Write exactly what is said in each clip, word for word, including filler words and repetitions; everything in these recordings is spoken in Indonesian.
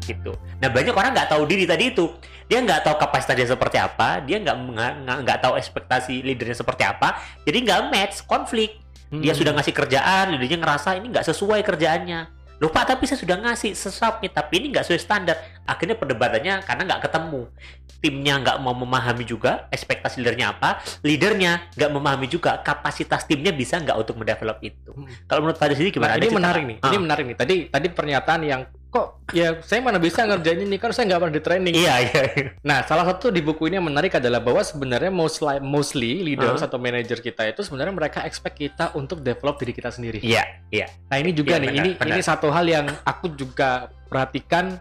gitu. Nah banyak orang nggak tahu diri tadi itu, dia nggak tahu kapasitas dia seperti apa, dia nggak nggak nggak tahu ekspektasi leadernya seperti apa, jadi nggak match, konflik. Dia hmm. sudah ngasih kerjaan, leadernya ngerasa ini nggak sesuai kerjaannya. Loh Pak, tapi saya sudah ngasih sesubmit, tapi ini nggak sesuai standar. Akhirnya perdebatannya karena nggak ketemu. Timnya nggak mau memahami juga ekspektasi leadernya apa, leadernya nggak memahami juga kapasitas timnya bisa nggak untuk mendevelop itu. Hmm. Kalau menurut Fadil sendiri gimana? Nah, ini menarik nih, ah. ini menarik nih. Tadi tadi pernyataan yang kok ya saya mana bisa ngerjain ini kan saya nggak pernah di training. Iya iya. Nah salah satu di buku ini yang menarik adalah bahwa sebenarnya mostly, mostly leaders uh-huh. atau manager kita itu sebenarnya mereka expect kita untuk develop diri kita sendiri. Iya iya. Nah ini juga ya, nih benar, ini benar. Ini satu hal yang aku juga perhatikan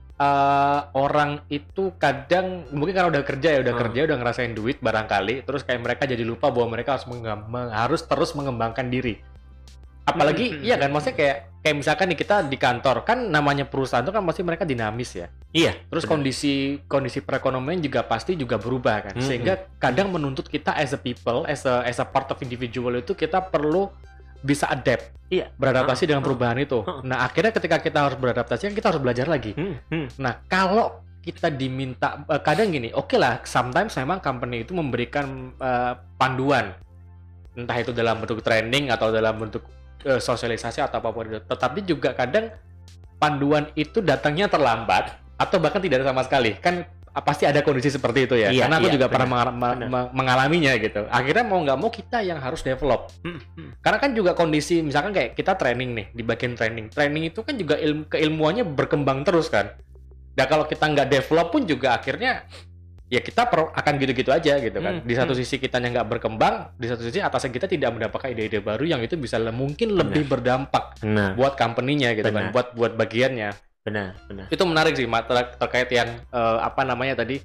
uh, orang itu kadang mungkin karena udah kerja ya udah uh-huh. kerja udah ngerasain duit barangkali terus kayak mereka jadi lupa bahwa mereka harus mengembang, harus terus mengembangkan diri. Apalagi hmm, iya kan maksudnya kayak kayak misalkan nih kita di kantor kan namanya perusahaan itu kan pasti mereka dinamis ya. Iya. Terus benar. kondisi kondisi perekonomian juga pasti juga berubah kan. Hmm, Sehingga hmm. kadang menuntut kita as a people, as a as a part of individual itu kita perlu bisa adapt. Iya. Beradaptasi uh, dengan perubahan uh, itu. Uh, Nah, akhirnya ketika kita harus beradaptasi kan kita harus belajar lagi. Hmm, hmm. Nah, kalau kita diminta uh, kadang gini, oke okay lah sometimes memang company itu memberikan uh, panduan. Entah itu dalam bentuk training atau dalam bentuk sosialisasi atau apapun itu, tetapi juga kadang panduan itu datangnya terlambat atau bahkan tidak ada sama sekali kan pasti ada kondisi seperti itu ya iya, karena aku iya, juga benar, pernah mengal- ma- mengalaminya gitu akhirnya mau nggak mau kita yang harus develop hmm, hmm. karena kan juga kondisi misalkan kayak kita training nih di bagian training training itu kan juga ilmu keilmuannya berkembang terus kan dan kalau kita nggak develop pun juga akhirnya ya kita per, akan gitu-gitu aja gitu kan. Hmm, di satu hmm. sisi kitanya nggak berkembang, di satu sisi atasan kita tidak mendapatkan ide-ide baru yang itu bisa le- mungkin benar. lebih berdampak benar. buat company-nya gitu benar. kan, buat buat bagiannya. Benar, benar. Itu menarik sih ter- terkait yang uh, apa namanya tadi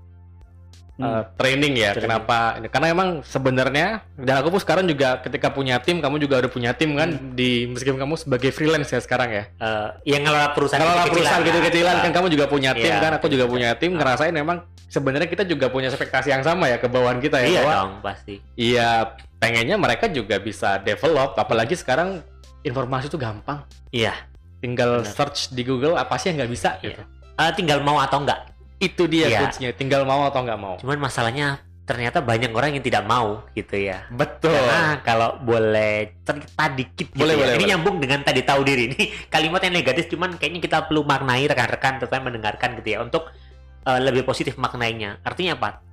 uh, hmm. training ya. Training. Kenapa? Karena emang sebenarnya dan aku pun sekarang juga ketika punya tim, kamu juga udah punya tim kan hmm. di meskipun kamu sebagai freelance ya sekarang ya. Uh, yang ngelola perusahaan ngelola perusahaan gitu-kecilan kan, kan kamu juga punya tim iya, kan, aku juga punya tim, ngerasain memang sebenarnya kita juga punya ekspektasi yang sama ya ke bawahan kita ya. Iya bahwa, dong, pasti. Iya, pengennya mereka juga bisa develop, apalagi sekarang informasi itu gampang. Iya. Tinggal benar. search di Google apa sih yang nggak bisa iya. gitu. Uh, tinggal mau atau enggak. Itu dia iya. kuncinya, tinggal mau atau nggak mau. Cuman masalahnya ternyata banyak orang yang tidak mau gitu ya. Betul. Karena kalau boleh cerita dikit gitu boleh, ya. boleh, ini boleh. nyambung dengan tadi tahu diri. Ini kalimat yang negatif cuman kayaknya kita perlu maknai rekan-rekan terutama mendengarkan gitu ya untuk uh, lebih positif maknainya. Artinya apa?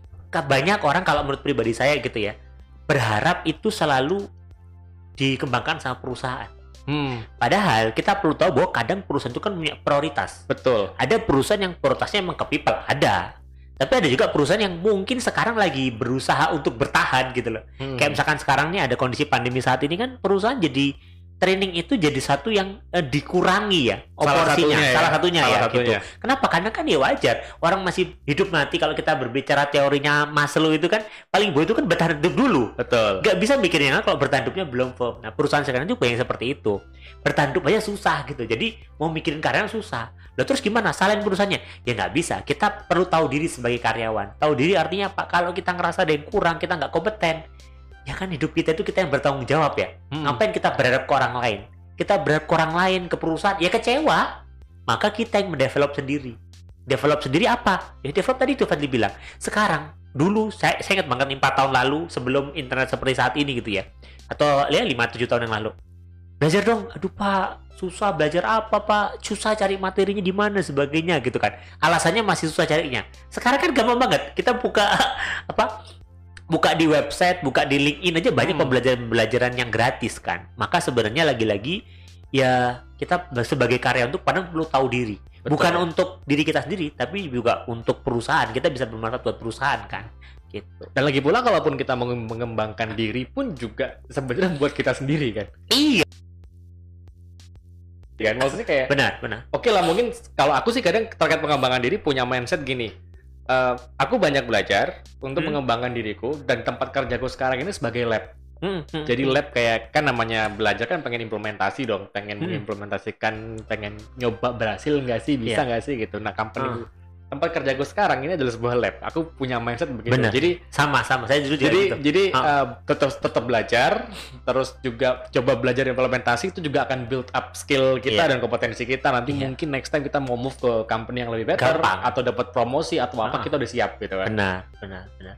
Banyak orang kalau menurut pribadi saya gitu ya, berharap itu selalu dikembangkan sama perusahaan. Hmm. Padahal kita perlu tahu bahwa kadang perusahaan itu kan punya prioritas. Betul. Ada perusahaan yang prioritasnya emang ke people, ada. Tapi ada juga perusahaan yang mungkin sekarang lagi berusaha untuk bertahan gitu loh. Hmm. Kayak misalkan sekarang nih ada kondisi pandemi saat ini kan perusahaan jadi training itu jadi satu yang eh, dikurangi ya oporsinya, salah satunya, salah ya, satunya salah ya satunya. gitu. Kenapa? Karena kan ya wajar orang masih hidup mati kalau kita berbicara teorinya Maslow itu kan paling bawah itu kan bertahan hidup dulu. Betul. Gak bisa mikirnya kalau bertahan hidupnya belum firm. Nah perusahaan sekarang juga yang seperti itu bertahan hidup aja susah gitu. Jadi mau mikirin karyawan susah. Lah terus gimana? Salahin perusahaannya? Ya nggak bisa. Kita perlu tahu diri sebagai karyawan. Tahu diri artinya apa? Kalau kita ngerasa ada yang kurang, kita nggak kompeten, ya kan hidup kita itu kita yang bertanggung jawab ya. Hmm. Ngapain kita berharap ke orang lain? Kita berharap ke orang lain, ke perusahaan, ya kecewa. Maka kita yang mendevelop sendiri. Develop sendiri apa? Ya develop tadi itu Fadli bilang. Sekarang, dulu saya, saya ingat banget empat tahun lalu sebelum internet seperti saat ini gitu ya. Atau ya lima tujuh tahun yang lalu. Belajar dong. Aduh Pak, susah belajar apa Pak? Susah cari materinya di mana sebagainya gitu kan. Alasannya masih susah carinya. Sekarang kan gampang banget. Kita buka apa? Buka di website, buka di LinkedIn aja banyak hmm. pembelajaran-pembelajaran yang gratis kan. Maka sebenarnya lagi-lagi ya kita sebagai karyawan untuk padahal perlu tahu diri. Betul. Bukan untuk diri kita sendiri, tapi juga untuk perusahaan. Kita bisa bermanfaat buat perusahaan kan. Gitu. Dan lagi pula kalaupun kita mau mengembangkan diri pun juga sebenarnya buat kita sendiri kan. Iya. Kan maksudnya kayak benar, benar. Oke lah mungkin kalau aku sih kadang terkait pengembangan diri punya mindset gini. Uh, aku banyak belajar untuk hmm. mengembangkan diriku dan tempat kerjaku sekarang ini sebagai lab. Hmm, hmm, Jadi lab kayak kan namanya belajar kan pengen implementasi dong, pengen hmm. mengimplementasikan, pengen nyoba berhasil nggak sih, bisa nggak yeah. sih gitu. Nah company uh. tempat kerjaku sekarang ini adalah sebuah lab. Aku punya mindset begitu. Bener. Jadi sama sama saya juga jadi gitu. jadi oh. uh, tetap tetap belajar, terus juga coba belajar implementasi itu juga akan build up skill kita yeah. dan kompetensi kita. Nanti yeah. mungkin next time kita mau move ke company yang lebih better Gampang. atau dapat promosi atau apa, oh. kita udah siap gitu kan. Benar, benar, benar.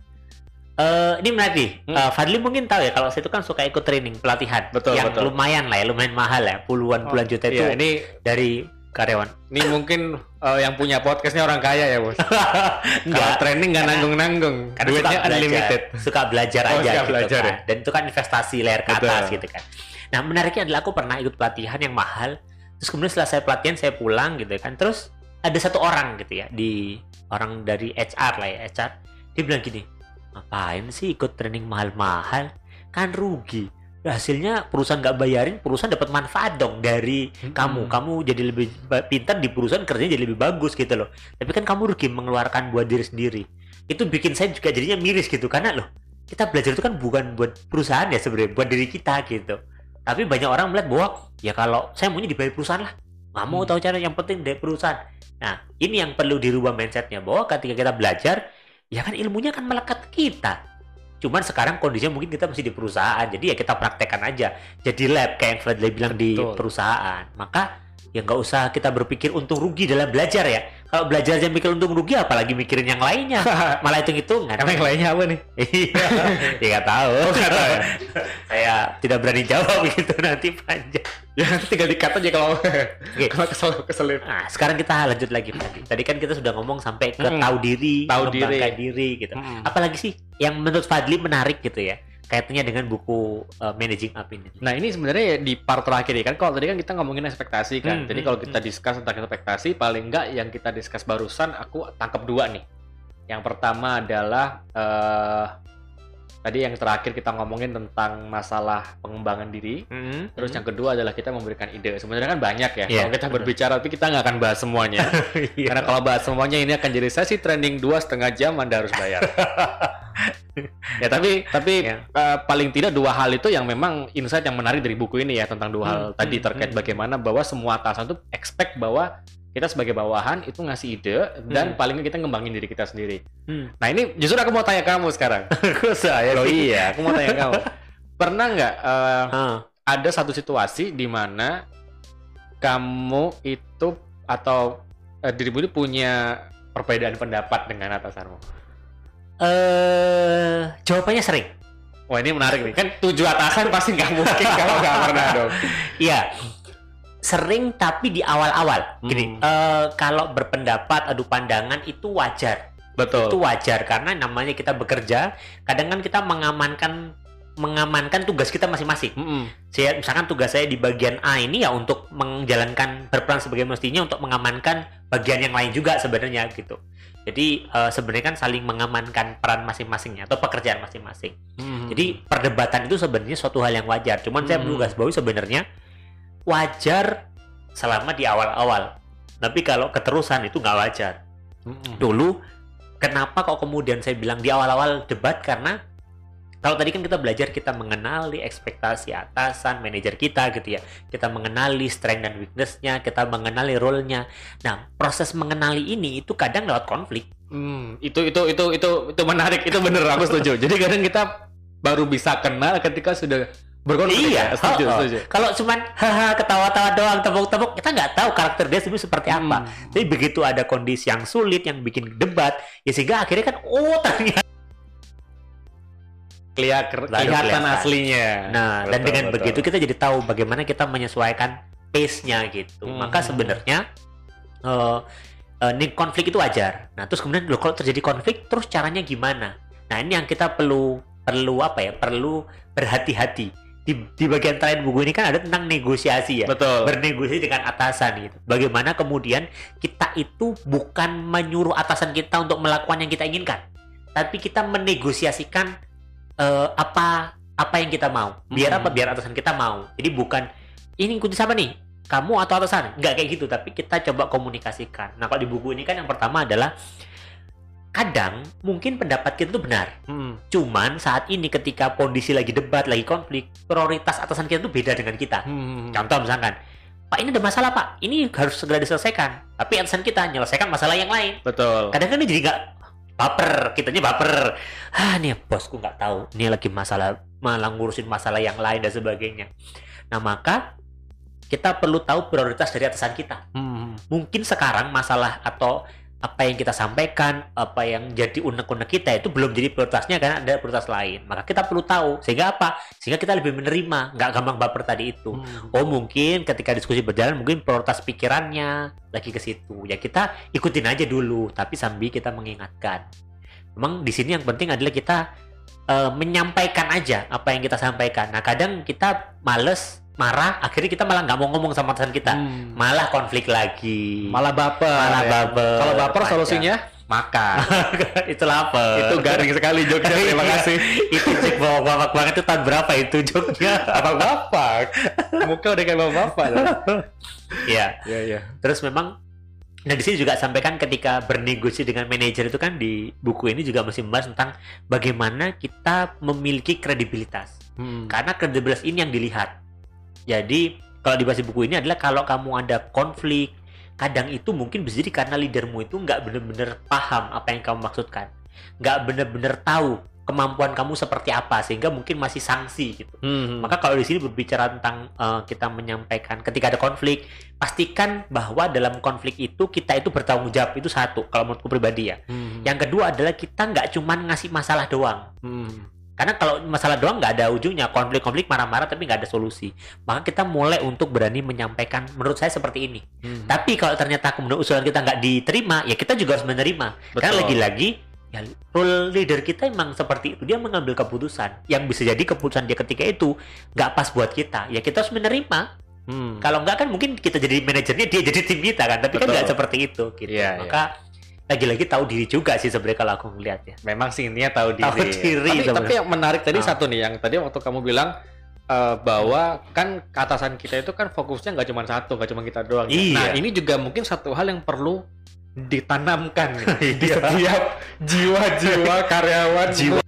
Uh, ini menarik nih. Hmm. Uh, Fadli mungkin tahu ya kalau saya itu kan suka ikut training pelatihan betul, yang betul. lumayan lah ya, lumayan mahal ya, puluhan puluhan oh, juta itu iya, ini dari karyawan. Ini mungkin uh, yang punya podcastnya orang kaya ya bos. Kalau training nggak nanggung-nanggung, duitnya suka unlimited. Belajar, suka belajar oh, aja suka gitu belajar, kan. ya? Dan itu kan investasi layar ke atas gitu kan. Nah menariknya adalah aku pernah ikut pelatihan yang mahal. Terus kemudian setelah saya pelatihan saya pulang gitu kan. Terus ada satu orang gitu ya, di orang dari H R lah ya, H R. Dia bilang gini, ngapain sih ikut training mahal-mahal? Kan rugi. Hasilnya perusahaan nggak bayarin, perusahaan dapat manfaat dong dari hmm. kamu. Kamu jadi lebih pintar di perusahaan, kerjanya jadi lebih bagus gitu loh. Tapi kan kamu rugi mengeluarkan buat diri sendiri. Itu bikin saya juga jadinya miris gitu. Karena loh, kita belajar itu kan bukan buat perusahaan ya sebenarnya, buat diri kita gitu. Tapi banyak orang melihat bahwa ya kalau saya maunya dibayar perusahaan lah. Nggak mau hmm. tahu cara, yang penting dari perusahaan. Nah, ini yang perlu dirubah mindsetnya. Bahwa ketika kita belajar, ya kan ilmunya kan melekat kita. Cuman sekarang kondisinya mungkin kita masih di perusahaan, jadi ya kita praktekkan aja. Jadi lab kayak yang Fadli bilang di Betul. perusahaan. Maka ya nggak usah kita berpikir untung rugi dalam belajar ya. Kalau belajar aja mikir untung rugi, apalagi mikirin yang lainnya. Malah hitung-hitungan. Emang yang lainnya apa nih? Iya, ya nggak tahu. Oh, nggak tahu ya? Saya tidak berani jawab gitu, nanti panjang. Ya nanti tinggal dikat aja kalau okay. kalau kesel keselip. Nah, sekarang kita lanjut lagi tadi. Tadi kan kita sudah ngomong sampai ke hmm. tahu diri, tahu diri, diri gitu. Hmm. Apalagi sih yang menurut Fadli menarik gitu ya, kaitannya dengan buku uh, Managing Up ini. Nah ini sebenarnya di part terakhir ya kan, kalau tadi kan kita ngomongin ekspektasi kan. Hmm, Jadi hmm, kalau kita hmm. discuss tentang ekspektasi, paling enggak yang kita discuss barusan aku tangkap dua nih. Yang pertama adalah uh, tadi yang terakhir kita ngomongin tentang masalah pengembangan diri. Hmm, Terus hmm. yang kedua adalah kita memberikan ide. Sebenarnya kan banyak ya. Yeah, kalau kita bener. berbicara, tapi kita nggak akan bahas semuanya. yeah. Karena kalau bahas semuanya ini akan jadi sesi training dua setengah jam, Anda harus bayar. ya tapi tapi yeah. uh, paling tidak dua hal itu yang memang insight yang menarik dari buku ini ya, tentang dua hal hmm, tadi hmm, terkait hmm. bagaimana bahwa semua atasan tuh expect bahwa kita sebagai bawahan itu ngasih ide dan hmm. paling kita ngembangin diri kita sendiri. Hmm. Nah ini justru aku mau tanya kamu sekarang. saya Loh iya, aku mau tanya kamu. Pernah nggak uh, hmm. ada satu situasi di mana kamu itu atau uh, dirimu itu punya perbedaan pendapat dengan atasanmu? Eh, uh, jawabannya sering. Wah ini menarik nih. Kan tujuh atasan pasti nggak mungkin kalau nggak pernah dong. Iya. Sering, tapi di awal-awal. Gini, hmm. uh, kalau berpendapat, adu pandangan itu wajar. Betul. Itu wajar karena namanya kita bekerja. Kadang kan kita mengamankan mengamankan tugas kita masing-masing. Hmm. Saya, misalkan tugas saya di bagian A ini ya untuk menjalankan berperan sebagai mestinya untuk mengamankan bagian yang lain juga sebenarnya gitu. Jadi uh, sebenarnya kan saling mengamankan peran masing-masingnya atau pekerjaan masing-masing. Hmm. Jadi perdebatan itu sebenarnya suatu hal yang wajar. Cuman hmm. saya perlu garis bawahi sebenarnya wajar selama di awal-awal. Tapi kalau keterusan itu nggak wajar. Mm-hmm. Dulu, kenapa kok kemudian saya bilang di awal-awal debat? Karena kalau tadi kan kita belajar, kita mengenali ekspektasi atasan, manajer kita gitu ya. Kita mengenali strength dan weakness-nya, kita mengenali role-nya. Nah, proses mengenali ini itu kadang lewat konflik. Hmm, itu itu itu itu itu menarik, itu bener, aku setuju. Jadi kadang kita baru bisa kenal ketika sudah berkonflik. Iya, ya? setuju, oh, oh. setuju. Kalau cuman haha ketawa-tawa doang, tepuk-tepuk, kita nggak tahu karakter dia sebenarnya seperti apa. Hmm. Tapi begitu ada kondisi yang sulit yang bikin debat, ya sehingga akhirnya kan oh ternyata kelihatan, kelihatan aslinya. Nah, betul, dan dengan betul. begitu kita jadi tahu bagaimana kita menyesuaikan pace-nya gitu. Hmm. Maka sebenarnya uh, uh, nih konflik itu wajar. Nah, terus kemudian loh, kalau terjadi konflik, terus caranya gimana? Nah, ini yang kita perlu perlu apa ya? Perlu berhati-hati. Di, di bagian terakhir buku ini kan ada tentang negosiasi ya. Betul. Bernegosiasi dengan atasan gitu. Bagaimana kemudian kita itu bukan menyuruh atasan kita untuk melakukan yang kita inginkan, tapi kita menegosiasikan uh, apa apa yang kita mau. Biar hmm. apa? Biar atasan kita mau. Jadi bukan ini ikuti siapa nih? Kamu atau atasan? Enggak kayak gitu, tapi kita coba komunikasikan. Nah, kalau di buku ini kan yang pertama adalah kadang mungkin pendapat kita itu benar. Hmm. Cuman saat ini ketika kondisi lagi debat, lagi konflik, prioritas atasan kita itu beda dengan kita. Hmm. Contoh misalkan, Pak ini ada masalah Pak, ini harus segera diselesaikan. Tapi atasan kita menyelesaikan masalah yang lain. Betul. Kadang kan ini jadi nggak baper, kitanya baper. Ah nih bosku nggak tahu, ini lagi masalah malah ngurusin masalah yang lain dan sebagainya. Nah maka kita perlu tahu prioritas dari atasan kita. Hmm. Mungkin sekarang masalah atau apa yang kita sampaikan, apa yang jadi unek-unek kita itu belum jadi prioritasnya karena ada prioritas lain. Maka kita perlu tahu, sehingga apa? Sehingga kita lebih menerima, nggak gampang baper tadi itu. Hmm. Oh mungkin ketika diskusi berjalan, mungkin prioritas pikirannya lagi ke situ. Ya kita ikutin aja dulu, tapi sambil kita mengingatkan. Memang di sini yang penting adalah kita uh, menyampaikan aja apa yang kita sampaikan. Nah kadang kita males, marah, akhirnya kita malah nggak mau ngomong sama atasan kita, hmm. malah konflik lagi, malah baper, malah ya. baper. Kalau baper solusinya makan. Itu lapar. Itu garing sekali joknya. Terima kasih. Itu cek bapak-bapak banget itu tahun berapa itu joknya? Bapak-bapak. Muka udah kayak bapak-bapak. Iya. Iya iya. Terus memang, nah di sini juga sampaikan ketika bernegosiasi dengan manajer itu kan di buku ini juga masih membahas tentang bagaimana kita memiliki kredibilitas. Hmm. Karena kredibilitas ini yang dilihat. Jadi kalau di bahasa buku ini adalah kalau kamu ada konflik, kadang itu mungkin bisa jadi karena leadermu itu nggak benar-benar paham apa yang kamu maksudkan, nggak benar-benar tahu kemampuan kamu seperti apa, sehingga mungkin masih sanksi gitu. Hmm. Maka kalau di sini berbicara tentang uh, kita menyampaikan ketika ada konflik, pastikan bahwa dalam konflik itu kita itu bertanggung jawab, itu satu kalau menurutku pribadi ya. Hmm. Yang kedua adalah kita nggak cuman ngasih masalah doang. Hmm. Karena kalau masalah doang nggak ada ujungnya, konflik-konflik marah-marah tapi nggak ada solusi. Maka kita mulai untuk berani menyampaikan, menurut saya seperti ini. Hmm. Tapi kalau ternyata kemudian usulan kita nggak diterima, ya kita juga harus menerima. Betul. Karena lagi-lagi, ya role leader kita emang seperti itu, dia mengambil keputusan. Yang bisa jadi keputusan dia ketika itu nggak pas buat kita, ya kita harus menerima. Hmm. Kalau nggak kan mungkin kita jadi manajernya, dia jadi tim kita kan. Tapi Betul. Kan nggak seperti itu. Gitu. Ya, Maka... Ya. Lagi-lagi tahu diri juga sih sebenarnya kalau aku ngeliat ya. Memang sih intinya tahu diri. Tahu diri tapi, tapi yang menarik tadi oh. satu nih, yang tadi waktu kamu bilang uh, bahwa kan atasan kita itu kan fokusnya nggak cuma satu, nggak cuma kita doang. Iya. Nah ini juga mungkin satu hal yang perlu ditanamkan nih, di setiap jiwa-jiwa karyawan. Jiwa.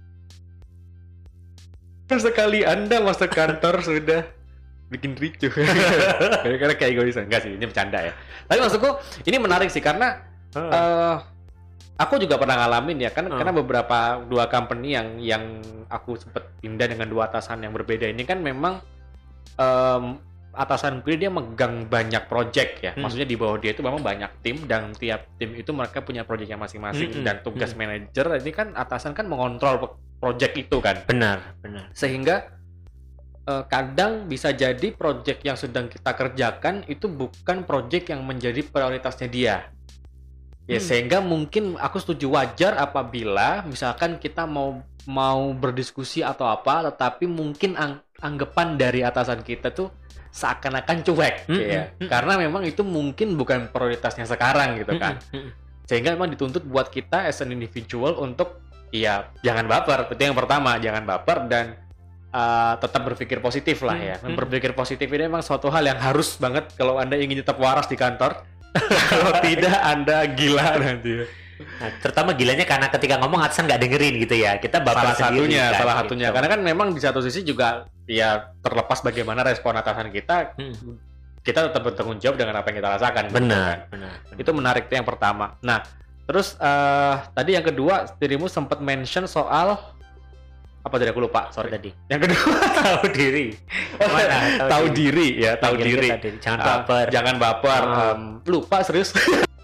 Sekali Anda masuk kantor sudah bikin ricuh. Karena kayak egoisan. Enggak sih, ini bercanda ya. Tapi maksudku ini menarik sih karena Hmm. Uh, aku juga pernah ngalamin ya kan, hmm. karena beberapa dua company yang yang aku sempet pindah dengan dua atasan yang berbeda ini kan memang um, atasan gue dia megang banyak project ya, hmm. maksudnya di bawah dia itu memang banyak tim dan tiap tim itu mereka punya projectnya masing-masing hmm. dan tugas hmm. manajer ini kan atasan kan mengontrol project itu kan. Benar, benar. Sehingga uh, kadang bisa jadi project yang sedang kita kerjakan itu bukan project yang menjadi prioritasnya dia. Ya hmm. sehingga mungkin aku setuju wajar apabila misalkan kita mau mau berdiskusi atau apa, tetapi mungkin ang- anggapan dari atasan kita tuh seakan-akan cuek, hmm. ya. Hmm. Karena memang itu mungkin bukan prioritasnya sekarang gitu kan. Hmm. Sehingga memang dituntut buat kita as an individual untuk ya jangan baper. Itu yang pertama, jangan baper dan uh, tetap berpikir positif lah ya. Hmm. Berpikir positif ini memang suatu hal yang harus banget kalau Anda ingin tetap waras di kantor. Kalau tidak Anda gila nanti. Nah, terutama gilanya karena ketika ngomong atasan nggak dengerin gitu ya. Kita bapak salah sendiri, satunya, kan, salah gitu. satunya. Karena kan memang di satu sisi juga ya terlepas bagaimana respon atasan kita, hmm. kita tetap bertanggung jawab dengan apa yang kita rasakan. Benar, gitu kan. benar, benar. Itu menarik tuh yang pertama. Nah, terus uh, tadi yang kedua dirimu sempat mention soal apa tadi aku lupa, sorry tadi. Yang kedua tahu diri. Mana? Tahu, tahu diri. diri ya, tahu diri. diri. Jangan uh, baper. Jangan baper. Oh. Um, lupa serius.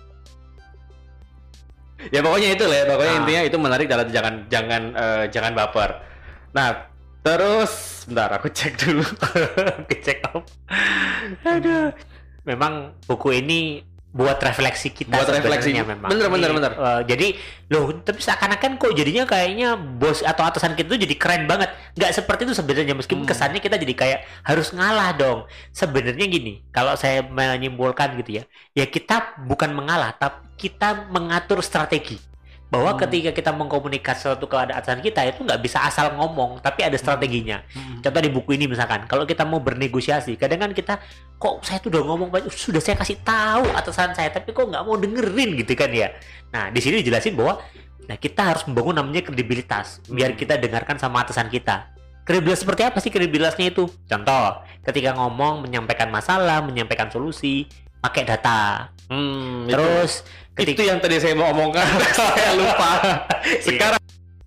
Ya pokoknya itu lah, ya. pokoknya ah. intinya itu menarik dalam jangan jangan uh, jangan baper. Nah, terus bentar aku cek dulu. Cek apa? Aduh. Memang buku ini buat refleksi kita, buat refleksi memang. Bener bener bener. Uh, jadi loh, tapi seakan-akan kok jadinya kayaknya bos atau atasan kita tuh jadi keren banget. Nggak seperti itu sebenarnya, meskipun hmm. kesannya kita jadi kayak harus ngalah dong. Sebenarnya gini, kalau saya menyimpulkan gitu ya, ya kita bukan mengalah, tapi kita mengatur strategi. Bahwa hmm. ketika kita mengkomunikasi sesuatu ke atasan kita itu nggak bisa asal ngomong, tapi ada strateginya. Hmm. Contoh di buku ini misalkan, kalau kita mau bernegosiasi, kadang kan kita kok saya tuh udah ngomong banyak, sudah saya kasih tahu atasan saya, tapi kok nggak mau dengerin gitu kan ya. Nah di sini dijelasin bahwa nah kita harus membangun namanya kredibilitas, biar kita dengarkan sama atasan kita. kredibilitas seperti apa sih kredibilitasnya itu? Contoh, ketika ngomong menyampaikan masalah, menyampaikan solusi, pakai data. Hmm, Terus itu, ketika, itu yang tadi saya mau omongkan, saya lupa. Sekarang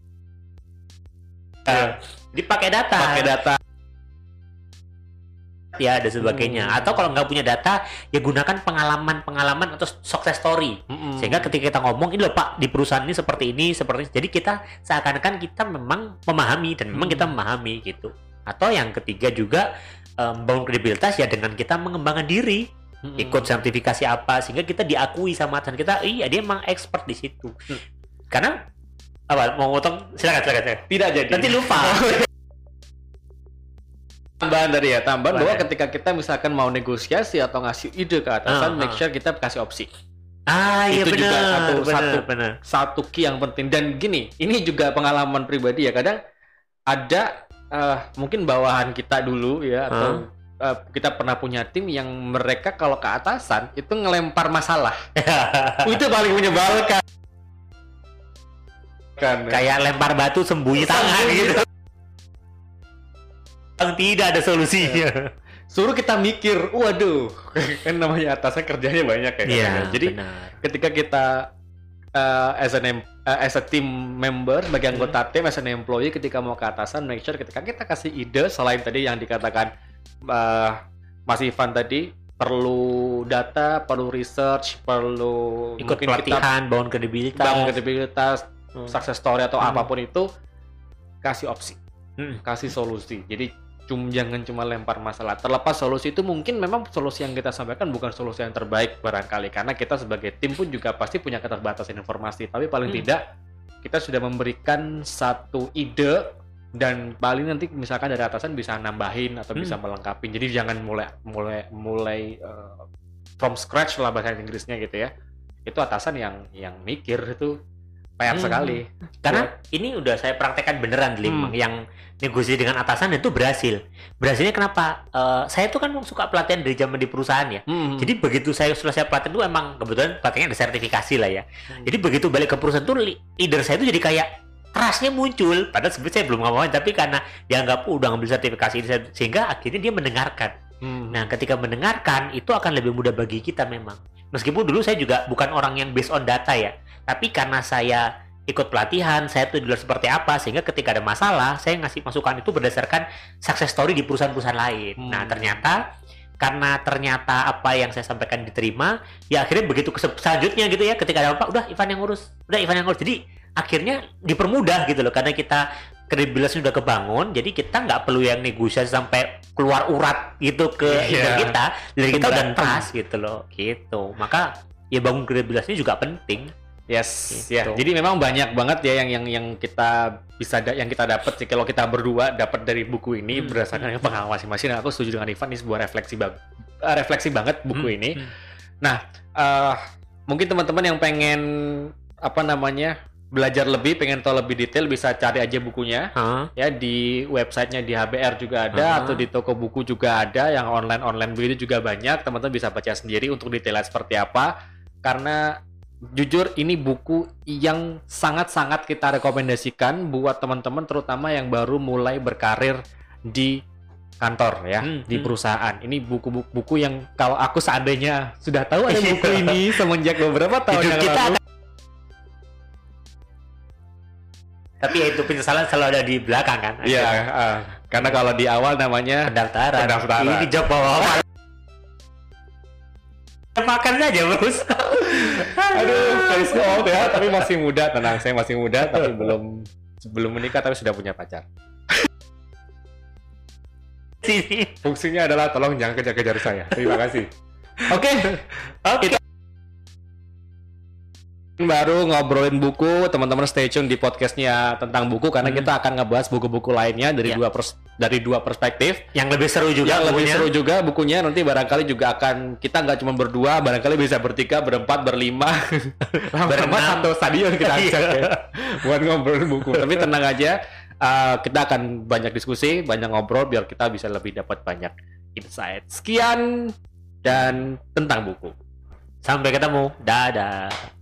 uh, dipakai data. Pakai data. Ya, dan sebagainya. Hmm. Atau kalau nggak punya data, ya gunakan pengalaman-pengalaman atau success story. Hmm. Sehingga ketika kita ngomong, ini loh Pak, di perusahaan ini seperti ini, seperti ini. Jadi kita seakan-akan kita memang memahami dan memang hmm. kita memahami gitu. Atau yang ketiga juga um, bangun kredibilitas ya dengan kita mengembangkan diri. Hmm. Ikut sertifikasi apa sehingga kita diakui sama atasan kita, iya dia emang expert di situ. Hmm. Karena apa? Mau ngotong? Silakan, silakan, silakan. Tidak jadi. Nanti lupa. Tambahan dari ya, tambahan bahwa ketika kita misalkan mau negosiasi atau ngasih ide ke atasan, uh, make sure kita kasih opsi. Ah, iya benar. Itu juga satu bener, satu bener. satu key yang penting. Dan gini, ini juga pengalaman pribadi ya. Kadang ada uh, mungkin bawahan kita dulu ya atau uh. uh, kita pernah punya tim yang mereka kalau ke atasan itu ngelempar masalah. Itu paling menyebalkan. Kan, kayak lempar batu sembunyi tangan gitu. Tidak ada solusinya. Suruh kita mikir, waduh, kan namanya atasan kerjanya banyak ya. Yeah, kan? Jadi benar. Ketika kita uh, as an uh, as a team member, bagi anggota hmm. tim, as an employee, ketika mau ke atasan, make sure ketika kita kasih ide, selain tadi yang dikatakan uh, Mas Ivan tadi, perlu data, perlu research, perlu ikut pelatihan, bangun kredibilitas, bangun kredibilitas, hmm. success story atau hmm. apapun itu, kasih opsi, hmm. kasih solusi. Jadi Cuma, jangan cuma lempar masalah. Terlepas solusi itu mungkin memang solusi yang kita sampaikan bukan solusi yang terbaik barangkali, karena kita sebagai tim pun juga pasti punya keterbatasan informasi. Tapi paling hmm. tidak kita sudah memberikan satu ide dan paling nanti misalkan dari atasan bisa nambahin atau hmm. bisa melengkapi. Jadi jangan mulai mulai mulai uh, from scratch lah bahasa Inggrisnya gitu ya. Itu atasan yang yang mikir itu P R hmm. sekali. Karena buat, ini udah saya praktekkan beneran di Limang hmm. yang negosiasi dengan atasan itu berhasil. Berhasilnya kenapa? Uh, saya tuh kan suka pelatihan dari zaman di perusahaan ya. Hmm. Jadi begitu saya selesai pelatihan itu emang kebetulan pelatihannya ada sertifikasi lah ya. Hmm. Jadi begitu balik ke perusahaan tuh leader saya tuh jadi kayak trustnya muncul. Padahal sebenarnya saya belum ngomongin, tapi karena dianggap udah ngambil sertifikasi ini sehingga akhirnya dia mendengarkan. Hmm. Nah, ketika mendengarkan itu akan lebih mudah bagi kita memang. Meskipun dulu saya juga bukan orang yang based on data ya. Tapi karena saya ikut pelatihan, saya tuh dulu seperti apa, sehingga ketika ada masalah, saya ngasih masukan itu berdasarkan success story di perusahaan-perusahaan lain. Hmm. Nah, ternyata karena ternyata apa yang saya sampaikan diterima, ya akhirnya begitu ke selanjutnya gitu ya, ketika ada apa, udah Ivan yang ngurus, udah Ivan yang ngurus. Jadi akhirnya dipermudah gitu loh, karena kita kredibilitasnya udah kebangun, jadi kita nggak perlu yang negosiasi sampai keluar urat gitu ke yeah. leader kita, leader kita udah trust gitu loh, gitu. Maka ya bangun kredibilitasnya juga penting. Yes, gitu. Ya. Jadi memang banyak banget ya yang yang yang kita bisa da- yang kita dapat sih kalau kita berdua dapat dari buku ini hmm. berdasarkan hmm. pengalaman masing-masing. Aku setuju dengan Ivan, ini sebuah refleksi bang- uh, refleksi banget buku hmm. ini. Hmm. Nah, uh, mungkin teman-teman yang pengen apa namanya belajar lebih, pengen tahu lebih detail, bisa cari aja bukunya. Uh. Ya di websitenya di H B R juga ada, uh. atau di toko buku juga ada, yang online-online begitu juga banyak. Teman-teman bisa baca sendiri untuk detailnya seperti apa. Karena jujur ini buku yang sangat-sangat kita rekomendasikan buat teman-teman terutama yang baru mulai berkarir di kantor ya, hmm, di perusahaan. Hmm. Ini buku-buku yang kalau aku seandainya sudah tahu ada buku ini semenjak beberapa tahun yang kita lalu. Ada... Tapi ya itu penyesalan selalu ada di belakang kan? Iya, uh, karena kalau di awal namanya pendaftaran. pendaftaran. Ini job bawa makan saja bos. Aduh, saya old ya, tapi masih muda. Tenang, saya masih muda, tapi belum belum menikah, tapi sudah punya pacar. Fungsinya adalah tolong jangan kejar-kejar saya. Terima kasih. Oke, okay. oke. Okay. Baru ngobrolin buku, teman-teman stay tune di podcastnya tentang buku karena hmm. kita akan ngebahas buku-buku lainnya dari yeah. dua pers- dari dua perspektif yang lebih seru juga. Yang lebih seru juga bukunya nanti barangkali juga akan kita nggak cuma berdua, barangkali bisa bertiga, berempat, berlima, berenam satu stadion kita ajak ya buat ngobrolin buku. Tapi tenang aja, uh, kita akan banyak diskusi, banyak ngobrol biar kita bisa lebih dapat banyak insight. Sekian dan tentang buku. Sampai ketemu, dadah.